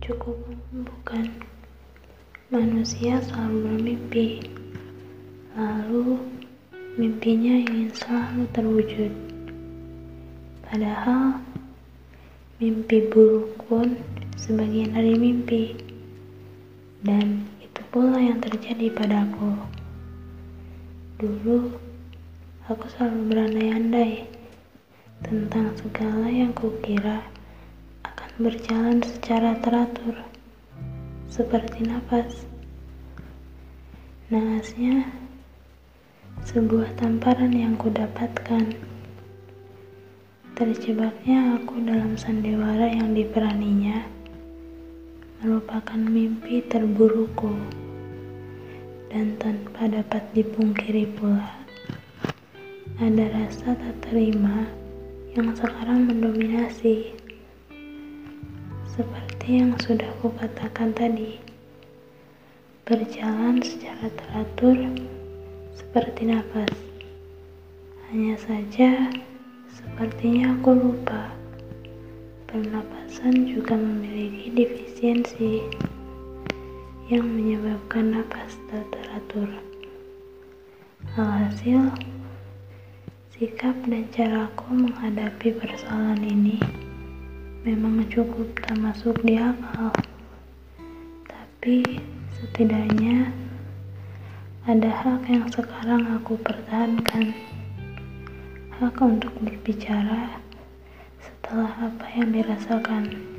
cukup bukan? Manusia selalu bermimpi, lalu mimpinya ingin selalu terwujud. Padahal mimpi buruk pun sebagian dari mimpi, dan itu pula yang terjadi padaku. Dulu aku selalu berandai-andai tentang segala yang kukira akan berjalan secara teratur, seperti napas. Naasnya, sebuah tamparan yang kudapatkan. Terjebaknya aku dalam sandiwara yang diperaninya merupakan mimpi terburukku, dan tanpa dapat dipungkiri pula, ada rasa tak terima yang sekarang mendominasi. Seperti yang sudah kukatakan tadi, berjalan secara teratur seperti nafas. Hanya saja, sepertinya aku lupa, pernapasan juga memiliki defisiensi yang menyebabkan napas tak teratur. Alhasil, sikap dan caraku menghadapi persoalan ini memang cukup tak masuk di akal. Tapi setidaknya ada hak yang sekarang aku pertahankan. Hak untuk berbicara setelah apa yang dirasakan.